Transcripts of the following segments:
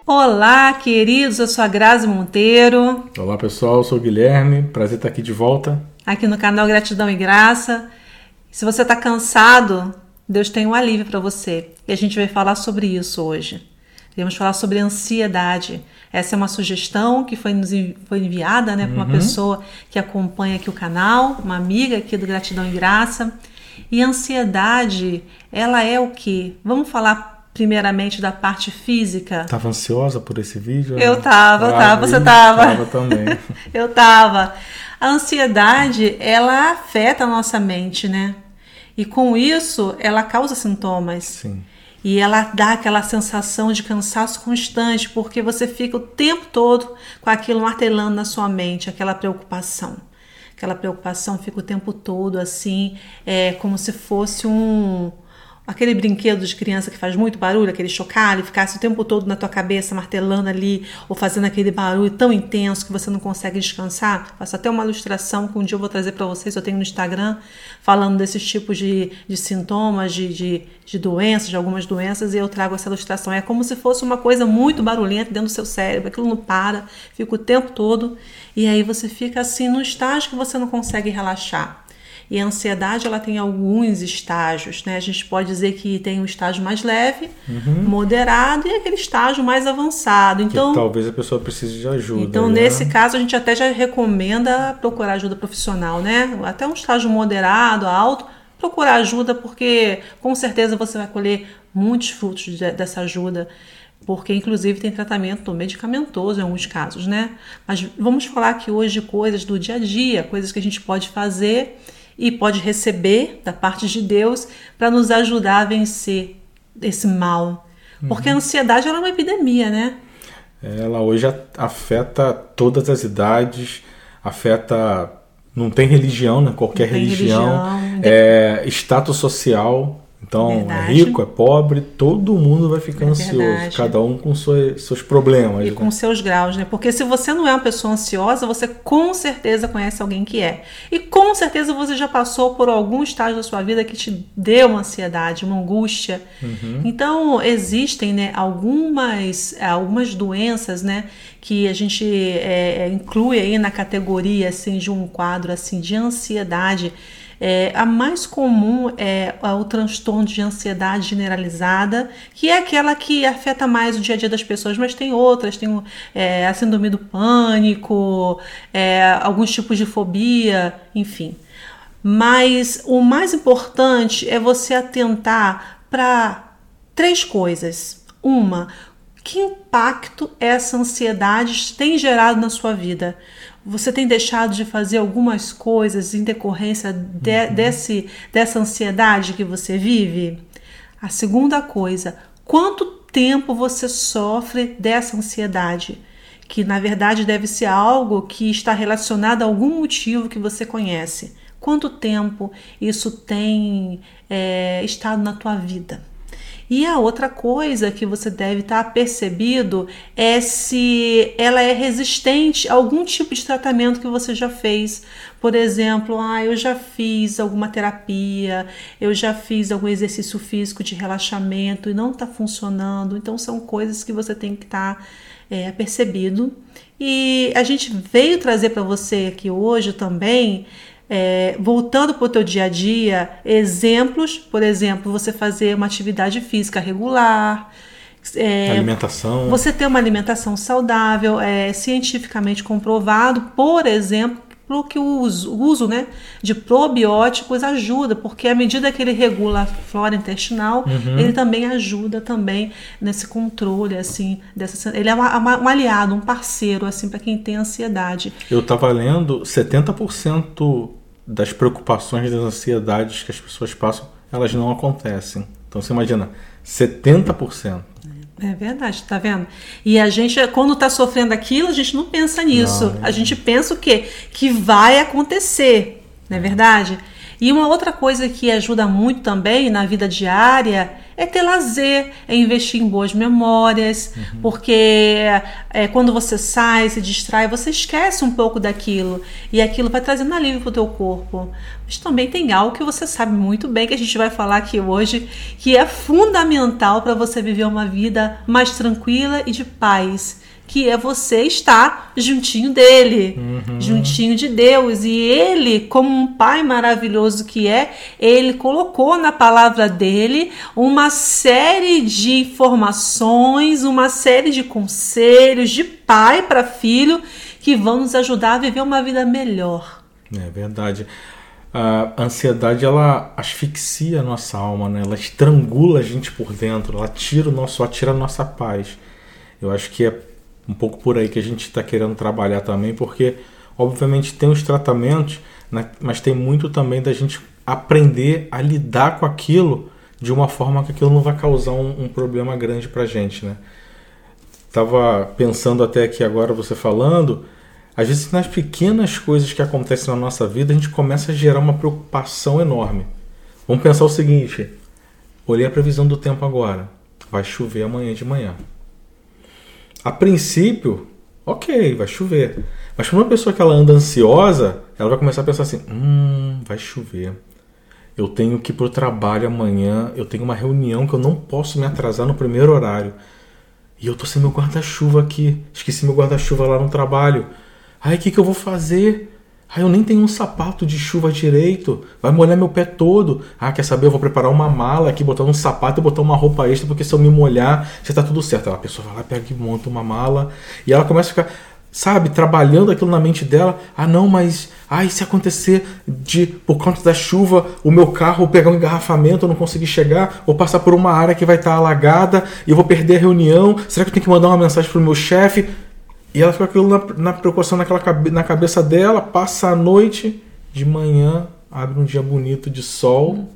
Olá, queridos, eu sou a Grazi Monteiro. Olá, pessoal, eu sou o Guilherme, prazer estar aqui de volta. Aqui no canal Gratidão e Graça. Se você está cansado, Deus tem um alívio para você. E a gente vai falar sobre isso hoje. Vamos falar sobre ansiedade. Essa é uma sugestão que foi enviada, por uma pessoa que acompanha aqui o canal, uma amiga aqui do Gratidão e Graça. E a ansiedade, ela é o quê? Vamos falar primeiramente da parte física. Tava ansiosa por esse vídeo? Eu tava, você tava. Tava também. Eu tava. A ansiedade, ela afeta a nossa mente, né? E com isso, ela causa sintomas. Sim. E ela dá aquela sensação de cansaço constante, porque você fica o tempo todo com aquilo martelando na sua mente, aquela preocupação. Aquela preocupação fica o tempo todo assim, como se fosse aquele brinquedo de criança que faz muito barulho, aquele chocalho, ficasse o tempo todo na tua cabeça martelando ali, ou fazendo aquele barulho tão intenso que você não consegue descansar. Faço até uma ilustração que um dia eu vou trazer para vocês, eu tenho no Instagram, falando desses tipos de sintomas, de doenças, de algumas doenças, e eu trago essa ilustração. É como se fosse uma coisa muito barulhenta dentro do seu cérebro, aquilo não para, fica o tempo todo, e aí você fica assim num estágio que você não consegue relaxar. E a ansiedade, ela tem alguns estágios, né? A gente pode dizer que tem um estágio mais leve, moderado e aquele estágio mais avançado. Então, que talvez a pessoa precise de ajuda. Então, nesse caso, a gente até já recomenda procurar ajuda profissional, né? Até um estágio moderado, alto, procurar ajuda, porque com certeza você vai colher muitos frutos dessa ajuda. Porque, inclusive, tem tratamento medicamentoso em alguns casos, né? Mas vamos falar aqui hoje de coisas do dia a dia, coisas que a gente pode fazer e pode receber da parte de Deus para nos ajudar a vencer esse mal. Porque a ansiedade ela é uma epidemia, né? Ela hoje afeta todas as idades, afeta... Não tem religião, né? Qualquer religião. Status social. Então, é rico, é pobre, todo mundo vai ficar ansioso, cada um com seus problemas. E com seus graus, né? Porque se você não é uma pessoa ansiosa, você com certeza conhece alguém que é. E com certeza você já passou por algum estágio da sua vida que te deu uma ansiedade, uma angústia. Então, existem, né, algumas doenças, né, que a gente inclui aí na categoria assim, de um quadro assim, de ansiedade. A mais comum é o transtorno de ansiedade generalizada, que é aquela que afeta mais o dia a dia das pessoas, mas tem outras, tem a síndrome do pânico, alguns tipos de fobia, enfim. Mas o mais importante é você atentar para 3 coisas. Uma, que impacto essa ansiedade tem gerado na sua vida? Você tem deixado de fazer algumas coisas em decorrência dessa ansiedade que você vive? A segunda coisa, quanto tempo você sofre dessa ansiedade? Que na verdade deve ser algo que está relacionado a algum motivo que você conhece. Quanto tempo isso tem estado na tua vida? E a outra coisa que você deve estar percebido é se ela é resistente a algum tipo de tratamento que você já fez. Por exemplo, eu já fiz alguma terapia, eu já fiz algum exercício físico de relaxamento e não está funcionando. Então são coisas que você tem que estar percebido. E a gente veio trazer para você aqui hoje também... voltando para o teu dia a dia, exemplos, por exemplo, você fazer uma atividade física regular, alimentação. Você ter uma alimentação saudável, cientificamente comprovado, por exemplo, que o uso, né, de probióticos ajuda, porque à medida que ele regula a flora intestinal, ele também ajuda também nesse controle, assim, ele é um aliado, um parceiro, assim, para quem tem ansiedade. Eu estava lendo, 70% das preocupações, das ansiedades que as pessoas passam, elas não acontecem. Então você imagina, 70%. É verdade, tá vendo? E a gente, quando tá sofrendo aquilo, a gente não pensa nisso. A gente pensa o quê? Que vai acontecer, não é verdade? E uma outra coisa que ajuda muito também na vida diária é ter lazer, é investir em boas memórias, porque quando você sai, se distrai, você esquece um pouco daquilo, e aquilo vai trazendo alívio para o teu corpo. Mas também tem algo que você sabe muito bem, que a gente vai falar aqui hoje, que é fundamental para você viver uma vida mais tranquila e de paz, que é você estar juntinho dele, juntinho de Deus. E ele, como um pai maravilhoso que ele colocou na palavra dele uma série de informações, uma série de conselhos de pai para filho que vão nos ajudar a viver uma vida melhor. É verdade. A ansiedade, ela asfixia a nossa alma, né? Ela estrangula a gente por dentro, ela tira a nossa paz. Eu acho que é um pouco por aí que a gente está querendo trabalhar também, porque obviamente tem os tratamentos, né, mas tem muito também da gente aprender a lidar com aquilo de uma forma que aquilo não vai causar um problema grande para a gente, né? Estava pensando até aqui agora, você falando, às vezes nas pequenas coisas que acontecem na nossa vida, a gente começa a gerar uma preocupação enorme. Vamos pensar o seguinte, olhei a previsão do tempo agora, vai chover amanhã de manhã. A princípio, ok, vai chover. Mas para uma pessoa que ela anda ansiosa, ela vai começar a pensar assim, vai chover. Eu tenho que ir para o trabalho amanhã, eu tenho uma reunião que eu não posso me atrasar no primeiro horário. E eu tô sem meu guarda-chuva aqui, esqueci meu guarda-chuva lá no trabalho. Ai, o que eu vou fazer? Ai, eu nem tenho um sapato de chuva direito, vai molhar meu pé todo. Ah, quer saber? Eu vou preparar uma mala aqui, botar um sapato e botar uma roupa extra, porque se eu me molhar, já tá tudo certo. Aí a pessoa vai lá, pega e monta uma mala, e ela começa a ficar, sabe, trabalhando aquilo na mente dela. Ah, não, mas, se acontecer por conta da chuva, o meu carro pegar um engarrafamento, eu não conseguir chegar, ou passar por uma área que vai estar alagada, e eu vou perder a reunião, será que eu tenho que mandar uma mensagem pro meu chefe? E ela fica aquilo na preocupação na cabeça dela, passa a noite, de manhã, abre um dia bonito de sol,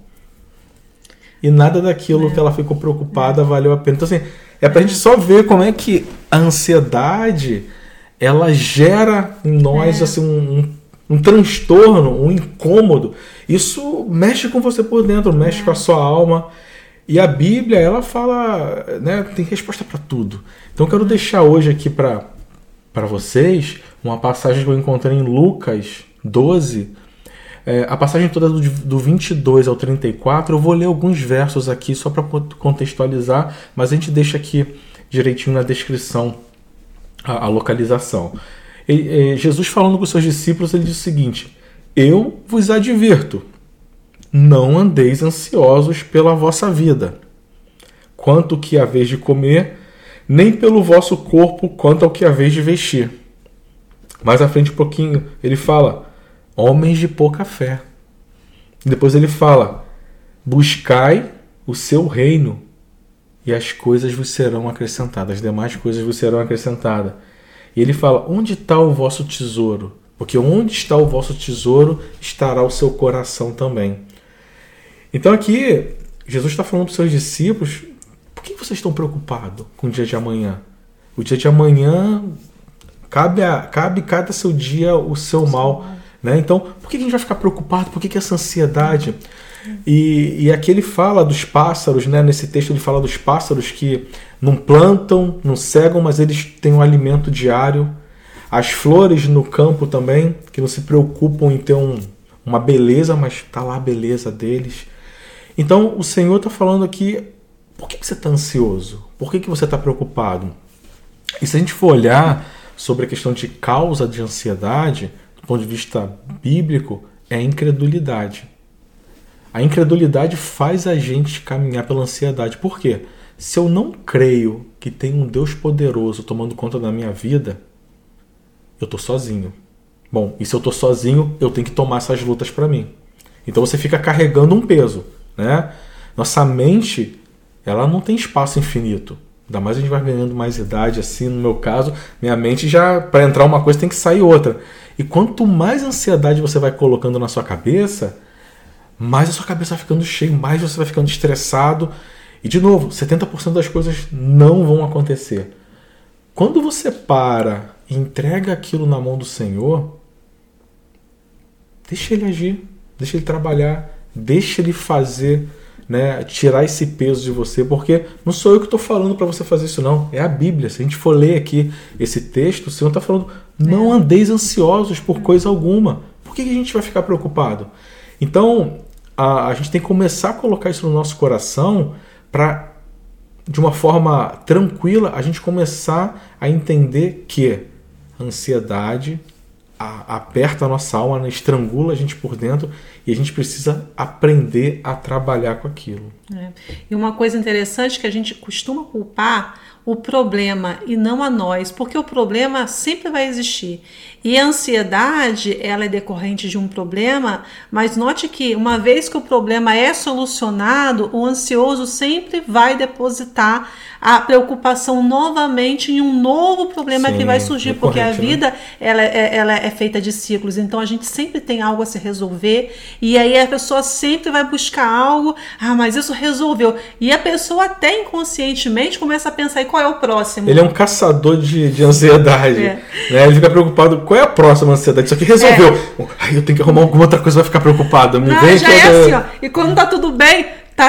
e nada daquilo que ela ficou preocupada valeu a pena. Então, assim, é pra gente só ver como é que a ansiedade, ela gera em nós assim, um transtorno, um incômodo. Isso mexe com você por dentro, mexe com a sua alma. E a Bíblia, ela fala, né, tem resposta para tudo. Então eu quero deixar hoje aqui para vocês uma passagem que eu encontrei em Lucas 12. A passagem toda do 22 ao 34, eu vou ler alguns versos aqui só para contextualizar, mas a gente deixa aqui direitinho na descrição a localização. Jesus falando com os seus discípulos, ele diz o seguinte: eu vos advirto, não andeis ansiosos pela vossa vida, quanto o que haveis de comer, nem pelo vosso corpo quanto ao que haveis de vestir. Mais à frente um pouquinho, ele fala, homens de pouca fé. Depois ele fala, buscai o seu reino e as coisas vos serão acrescentadas, as demais coisas vos serão acrescentadas. E ele fala, onde está o vosso tesouro? Porque onde está o vosso tesouro, estará o seu coração também. Então aqui, Jesus está falando para os seus discípulos, por que vocês estão preocupados com o dia de amanhã? O dia de amanhã, cabe cada seu dia o seu mal. Né? Então, por que a gente vai ficar preocupado? Por que essa ansiedade? E aqui ele fala dos pássaros, né? Nesse texto ele fala dos pássaros que não plantam, não cegam, mas eles têm um alimento diário. As flores no campo também, que não se preocupam em ter uma beleza, mas está lá a beleza deles. Então o Senhor está falando aqui, por que você está ansioso? Por que você está preocupado? E se a gente for olhar sobre a questão de causa de ansiedade, do ponto de vista bíblico, é a incredulidade. A incredulidade faz a gente caminhar pela ansiedade. Por quê? Se eu não creio que tem um Deus poderoso tomando conta da minha vida, eu estou sozinho. Bom, e se eu estou sozinho, eu tenho que tomar essas lutas para mim. Então você fica carregando um peso, né? Nossa mente, ela não tem espaço infinito. Ainda mais a gente vai ganhando mais idade, assim, no meu caso, minha mente já, para entrar uma coisa, tem que sair outra. E quanto mais ansiedade você vai colocando na sua cabeça, mais a sua cabeça vai ficando cheia, mais você vai ficando estressado. E, de novo, 70% das coisas não vão acontecer. Quando você para e entrega aquilo na mão do Senhor, deixa Ele agir. deixa ele trabalhar, deixa ele fazer, né, tirar esse peso de você, porque não sou eu que estou falando para você fazer isso, não. É a Bíblia. Se a gente for ler aqui esse texto, o Senhor está falando, não andeis ansiosos por coisa alguma. Por que a gente vai ficar preocupado? Então, a gente tem que começar a colocar isso no nosso coração para, de uma forma tranquila, a gente começar a entender que a ansiedade aperta a nossa alma, né, estrangula a gente por dentro e a gente precisa aprender a trabalhar com aquilo. E uma coisa interessante que a gente costuma culpar o problema e não a nós, porque o problema sempre vai existir. E a ansiedade, ela é decorrente de um problema, mas note que uma vez que o problema é solucionado, o ansioso sempre vai depositar a preocupação novamente em um novo problema que vai surgir, porque a vida, né? ela é feita de ciclos, então a gente sempre tem algo a se resolver, e aí a pessoa sempre vai buscar algo, mas isso resolveu, e a pessoa até inconscientemente começa a pensar, e qual é o próximo? Ele é um caçador de ansiedade, né? Ele fica preocupado, qual é a próxima ansiedade? Isso aqui resolveu, eu tenho que arrumar alguma outra coisa, vai ficar preocupado. Já é assim, ó. E quando tá tudo bem,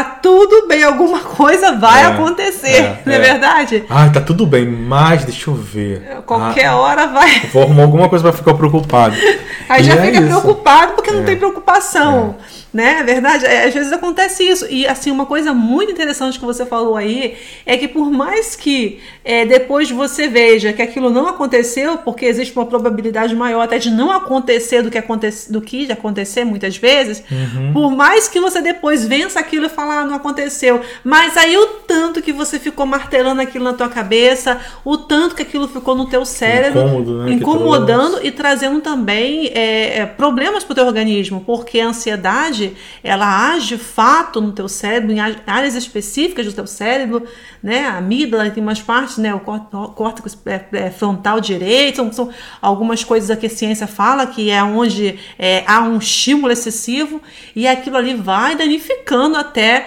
alguma coisa vai acontecer, não é verdade? Tá tudo bem, mas deixa eu ver. Qualquer hora vai. Vou arrumar alguma coisa para ficar preocupado. Aí já fica preocupado porque não tem preocupação. Né? É verdade? Às vezes acontece isso. E assim, uma coisa muito interessante que você falou aí é que por mais que depois você veja que aquilo não aconteceu, porque existe uma probabilidade maior até de não acontecer do que de acontecer muitas vezes, por mais que você depois vença aquilo e fala, não aconteceu, mas aí o tanto que você ficou martelando aquilo na tua cabeça, o tanto que aquilo ficou no teu cérebro, incomodando e trazendo também problemas para o teu organismo, porque a ansiedade ela age de fato no teu cérebro, em áreas específicas do teu cérebro, né? A amígdala tem umas partes, né? O córtex frontal direito, são algumas coisas que a ciência fala que é onde há um estímulo excessivo e aquilo ali vai danificando até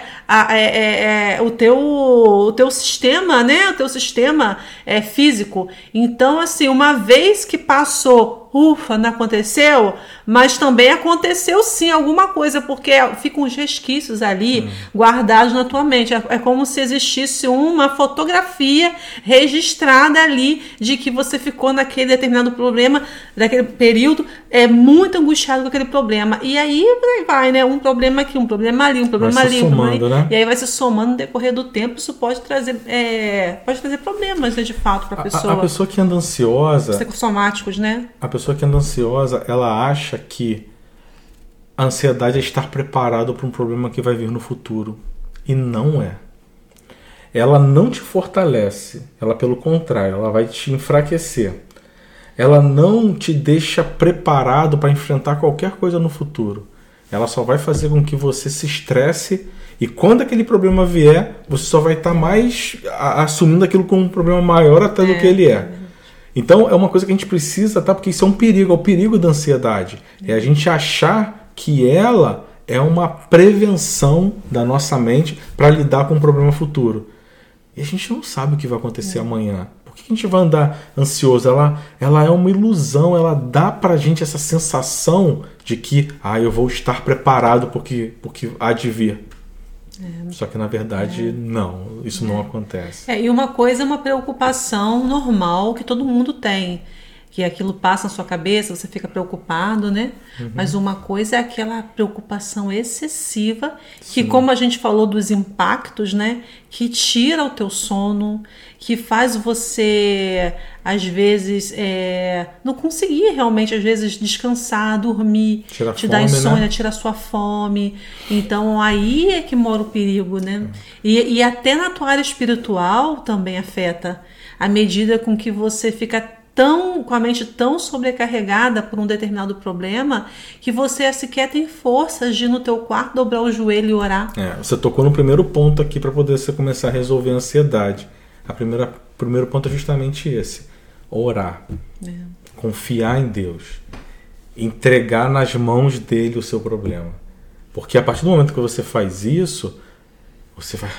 o teu sistema, né? O teu sistema físico. Então, assim, uma vez que passou, não aconteceu, mas também aconteceu sim alguma coisa, porque ficam os resquícios ali guardados na tua mente. É como se existisse uma fotografia registrada ali de que você ficou naquele determinado problema, naquele período, muito angustiado com aquele problema. E aí vai, né? Um problema aqui, um problema ali, um problema ali, somando, né? E aí vai se somando no decorrer do tempo. Isso pode trazer problemas, né, de fato, para a pessoa. A pessoa que anda ansiosa... Psicossomáticos, né? A pessoa que anda ansiosa, ela acha que a ansiedade é estar preparado para um problema que vai vir no futuro. E não é. Ela não te fortalece. Ela, pelo contrário, ela vai te enfraquecer. Ela não te deixa preparado para enfrentar qualquer coisa no futuro. Ela só vai fazer com que você se estresse e quando aquele problema vier, você só vai estar mais assumindo aquilo como um problema maior até do que ele é. Então é uma coisa que a gente precisa, porque isso é um perigo, é o perigo da ansiedade. É a gente achar que ela é uma prevenção da nossa mente para lidar com um problema futuro. E a gente não sabe o que vai acontecer amanhã. Por que a gente vai andar ansioso? Ela é uma ilusão, ela dá pra gente essa sensação de que eu vou estar preparado porque há de vir. Só que na verdade não, isso não acontece. E uma coisa é uma preocupação normal que todo mundo tem, que aquilo passa na sua cabeça, você fica preocupado, né? Mas uma coisa é aquela preocupação excessiva, que como a gente falou dos impactos, né? Que tira o teu sono, que faz você, às vezes, não conseguir realmente, às vezes, descansar, dormir, te dá insônia, né? Tira a sua fome. Então, aí é que mora o perigo, né? E até na tua área espiritual também afeta, à medida com que você fica com a mente tão sobrecarregada por um determinado problema que você sequer tem forças de ir no teu quarto, dobrar o joelho e orar. Você tocou no primeiro ponto aqui para poder você começar a resolver a ansiedade. O primeiro ponto é justamente esse: orar, confiar em Deus, entregar nas mãos dele o seu problema. Porque a partir do momento que você faz isso, você vai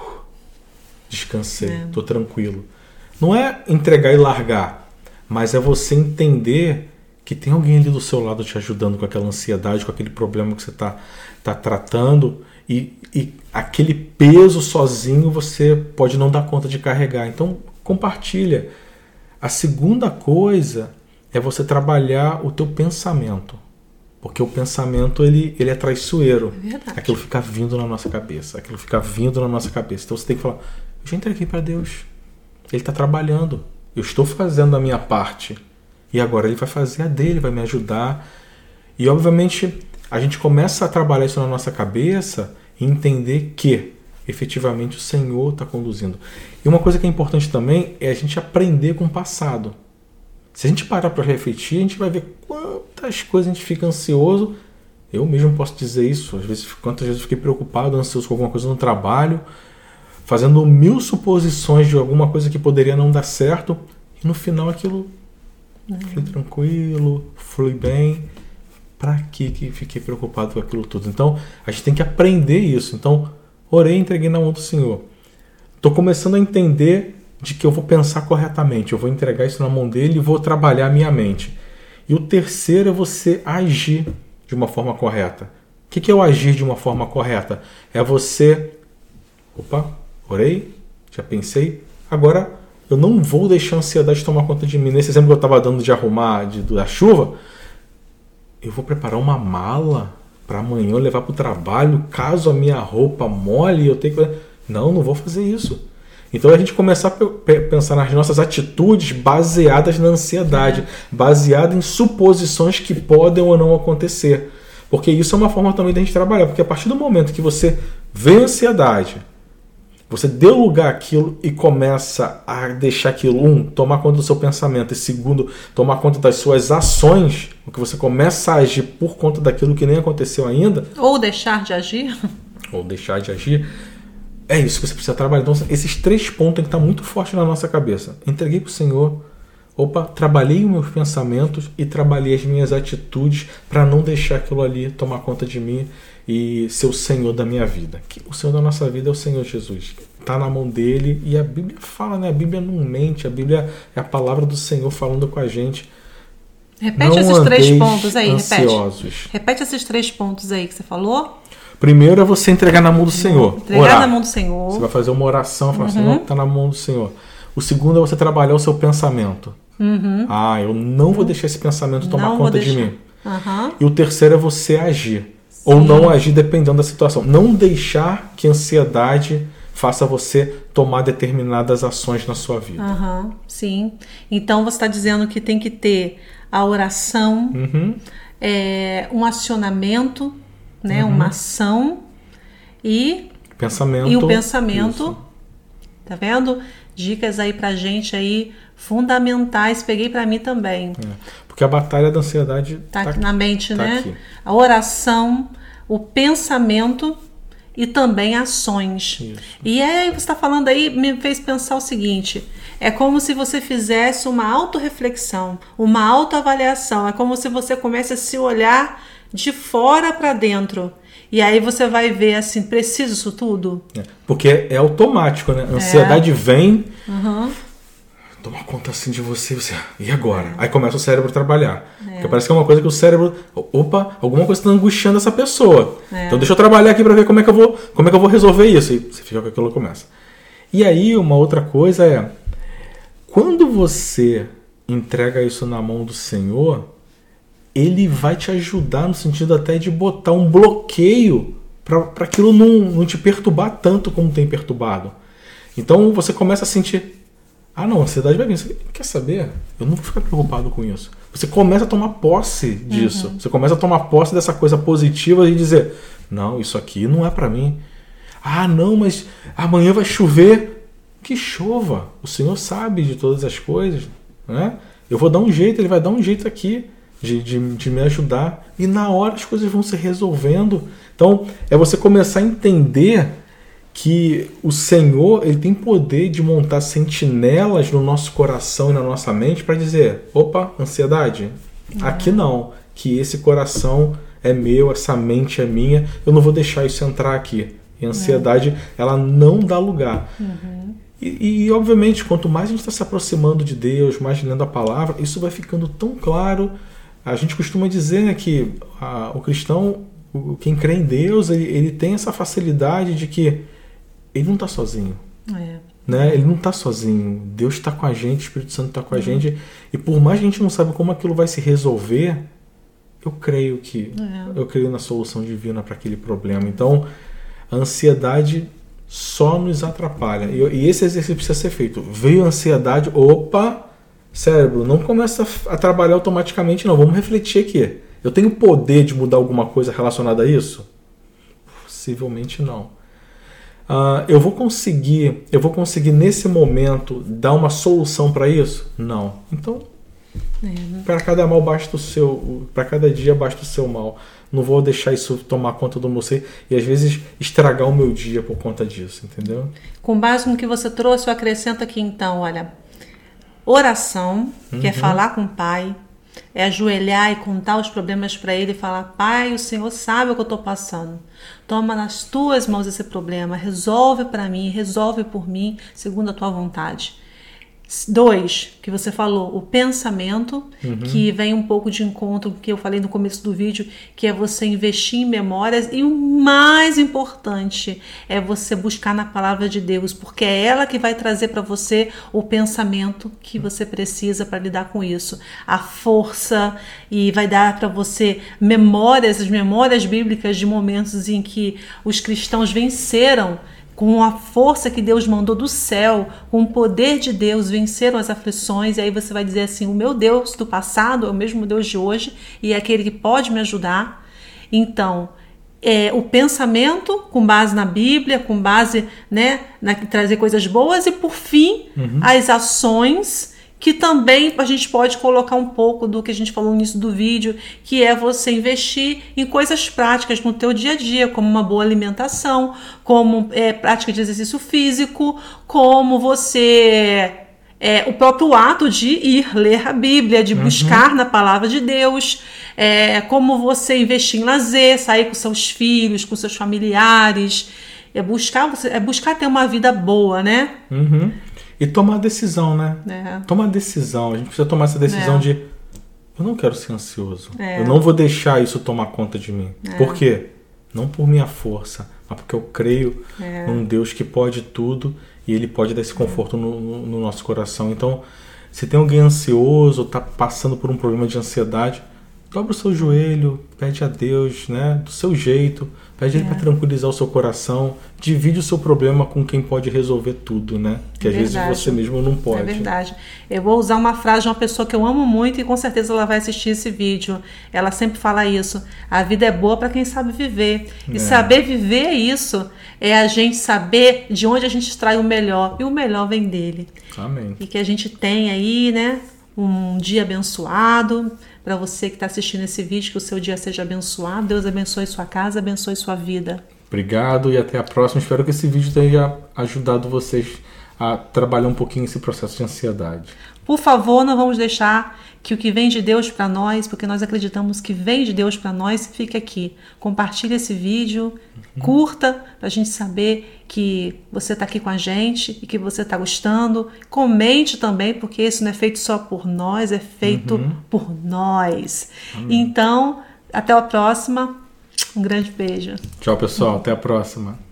descansei, estou tranquilo. Não é entregar e largar, mas é você entender que tem alguém ali do seu lado te ajudando com aquela ansiedade, com aquele problema que você está tratando, e aquele peso sozinho você pode não dar conta de carregar. Então, compartilha. A segunda coisa é você trabalhar o teu pensamento. Porque o pensamento, ele é traiçoeiro. É verdade. Aquilo fica vindo na nossa cabeça. Então você tem que falar, eu já entreguei para Deus. Ele está trabalhando. Eu estou fazendo a minha parte. E agora ele vai fazer a dele, vai me ajudar. E obviamente a gente começa a trabalhar isso na nossa cabeça e entender que efetivamente o Senhor está conduzindo. E uma coisa que é importante também é a gente aprender com o passado. Se a gente parar para refletir, a gente vai ver quantas coisas a gente fica ansioso. Eu mesmo posso dizer isso. Quantas vezes eu fiquei preocupado, ansioso com alguma coisa no trabalho, fazendo 1000 suposições de alguma coisa que poderia não dar certo, e no final aquilo flui tranquilo, flui bem. Para que fiquei preocupado com aquilo tudo? Então, a gente tem que aprender isso. Então, orei e entreguei na mão do Senhor. Estou começando a entender de que eu vou pensar corretamente, eu vou entregar isso na mão dele e vou trabalhar a minha mente. E o terceiro é você agir de uma forma correta. O que é o agir de uma forma correta? É você... orei, já pensei, agora eu não vou deixar a ansiedade tomar conta de mim. Nesse exemplo que eu estava dando de arrumar da chuva, eu vou preparar uma mala para amanhã eu levar para o trabalho, caso a minha roupa molhe, eu tenho que... Não vou fazer isso. Então a gente começar a pensar nas nossas atitudes baseadas na ansiedade, baseadas em suposições que podem ou não acontecer. Porque isso é uma forma também de a gente trabalhar, porque a partir do momento que você vê a ansiedade, você deu lugar àquilo e começa a deixar aquilo, tomar conta do seu pensamento, e segundo, tomar conta das suas ações, porque você começa a agir por conta daquilo que nem aconteceu ainda. Ou deixar de agir. É isso que você precisa trabalhar. Então, esses 3 pontos têm que estar muito fortes na nossa cabeça. Entreguei para o Senhor, trabalhei os meus pensamentos e trabalhei as minhas atitudes para não deixar aquilo ali tomar conta de mim e ser o Senhor da minha vida. O Senhor da nossa vida é o Senhor Jesus. Está na mão dele e a Bíblia fala, né? A Bíblia não mente, a Bíblia é a palavra do Senhor falando com a gente. Repete não esses 3 pontos aí. Ansiosos. Repete esses 3 pontos aí que você falou. Primeiro é você entregar na mão do Senhor. Entregar na mão do Senhor. Você vai fazer uma oração, falar, Senhor, está na mão do Senhor. O segundo é você trabalhar o seu pensamento. Eu não vou deixar esse pensamento tomar conta de mim. E o terceiro é você agir. Sim. Ou não agir dependendo da situação. Não deixar que a ansiedade faça você tomar determinadas ações na sua vida. Sim. Então você está dizendo que tem que ter a oração, um acionamento, né? Uma ação e o pensamento. Isso. Tá vendo? Dicas aí pra gente aí fundamentais, peguei pra mim também. Porque a batalha da ansiedade tá aqui na mente, tá né? Aqui. A oração, o pensamento e também ações. Isso. E aí você está falando aí, me fez pensar o seguinte: é como se você fizesse uma autorreflexão, uma autoavaliação. É como se você comece a se olhar de fora para dentro. E aí você vai ver assim, preciso isso tudo? Porque é automático, né? A ansiedade vem, toma conta assim de você, e agora? Aí começa o cérebro a trabalhar. Porque parece que é uma coisa que o cérebro, alguma coisa está angustiando essa pessoa. Então deixa eu trabalhar aqui para ver como é que eu vou resolver isso. E você fica com aquilo, começa. E aí uma outra coisa é, quando você entrega isso na mão do Senhor, Ele vai te ajudar no sentido até de botar um bloqueio para aquilo não te perturbar tanto como tem perturbado. Então você começa a sentir, a ansiedade vai vir. Você quer saber? Eu não vou ficar preocupado com isso. Você começa a tomar posse disso. Você começa a tomar posse dessa coisa positiva e dizer, não, isso aqui não é para mim. Não, mas amanhã vai chover. Que chova. O Senhor sabe de todas as coisas, né? Eu vou dar um jeito, Ele vai dar um jeito aqui de me ajudar. E na hora as coisas vão se resolvendo. Então, é você começar a entender que o Senhor, Ele tem poder de montar sentinelas no nosso coração e na nossa mente para dizer, ansiedade, aqui não, que esse coração é meu, essa mente é minha, eu não vou deixar isso entrar aqui. E a ansiedade, ela não dá lugar. E obviamente, quanto mais a gente está se aproximando de Deus, mais lendo a palavra, isso vai ficando tão claro, a gente costuma dizer, né, que o cristão, quem crê em Deus, ele tem essa facilidade de que ele não está sozinho. Né? Ele não está sozinho. Deus está com a gente, o Espírito Santo está com a gente. E por mais que a gente não saiba como aquilo vai se resolver, eu creio na solução divina para aquele problema. Então, a ansiedade só nos atrapalha. E esse exercício precisa ser feito. Veio a ansiedade, cérebro, não começa a trabalhar automaticamente, não. Vamos refletir aqui. Eu tenho poder de mudar alguma coisa relacionada a isso? Possivelmente não. Eu vou conseguir nesse momento dar uma solução para isso? Não. Então, para cada mal basta o seu, para cada dia basta o seu mal. Não vou deixar isso tomar conta do meu ser e às vezes estragar o meu dia por conta disso, entendeu? Com base no que você trouxe, eu acrescento aqui então, olha, oração, que é falar com o Pai, é ajoelhar e contar os problemas para Ele e falar: Pai, o Senhor sabe o que eu estou passando. Toma nas tuas mãos esse problema, resolve para mim, resolve por mim, segundo a tua vontade. 2, que você falou, o pensamento, que vem um pouco de encontro com o que eu falei no começo do vídeo, que é você investir em memórias, e o mais importante é você buscar na palavra de Deus, porque é ela que vai trazer para você o pensamento que você precisa para lidar com isso, a força, e vai dar para você memórias, as memórias bíblicas de momentos em que os cristãos venceram com a força que Deus mandou do céu, com o poder de Deus, venceram as aflições, e aí você vai dizer assim: o meu Deus do passado é o mesmo Deus de hoje, e é aquele que pode me ajudar. Então, o pensamento com base na Bíblia, com base, né, na trazer coisas boas, e por fim, as ações, que também a gente pode colocar um pouco do que a gente falou no início do vídeo, que é você investir em coisas práticas no teu dia a dia, como uma boa alimentação, como prática de exercício físico, como você... o próprio ato de ir ler a Bíblia, de buscar na palavra de Deus, como você investir em lazer, sair com seus filhos, com seus familiares, buscar ter uma vida boa, né? E tomar decisão, né? Tomar decisão. A gente precisa tomar essa decisão de: eu não quero ser ansioso. Eu não vou deixar isso tomar conta de mim. Por quê? Não por minha força, mas porque eu creio num Deus que pode tudo e Ele pode dar esse conforto no nosso coração. Então, se tem alguém ansioso, está passando por um problema de ansiedade, dobra o seu joelho, pede a Deus, né, do seu jeito, pede Ele para tranquilizar o seu coração, divide o seu problema com quem pode resolver tudo, né? Que às vezes você mesmo não pode. É verdade. Eu vou usar uma frase de uma pessoa que eu amo muito e com certeza ela vai assistir esse vídeo. Ela sempre fala isso: a vida é boa para quem sabe viver. E saber viver é isso, é a gente saber de onde a gente extrai o melhor, e o melhor vem dele. Amém. E que a gente tenha aí, né, um dia abençoado. Para você que está assistindo esse vídeo, que o seu dia seja abençoado. Deus abençoe sua casa, abençoe sua vida. Obrigado e até a próxima. Espero que esse vídeo tenha ajudado vocês a trabalhar um pouquinho esse processo de ansiedade. Por favor, não vamos deixar que o que vem de Deus para nós, porque nós acreditamos que vem de Deus para nós, fique aqui. Compartilhe esse vídeo, curta, para a gente saber que você está aqui com a gente e que você está gostando. Comente também, porque isso não é feito só por nós, é feito por nós. Amém. Então, até a próxima. Um grande beijo. Tchau, pessoal. Até a próxima.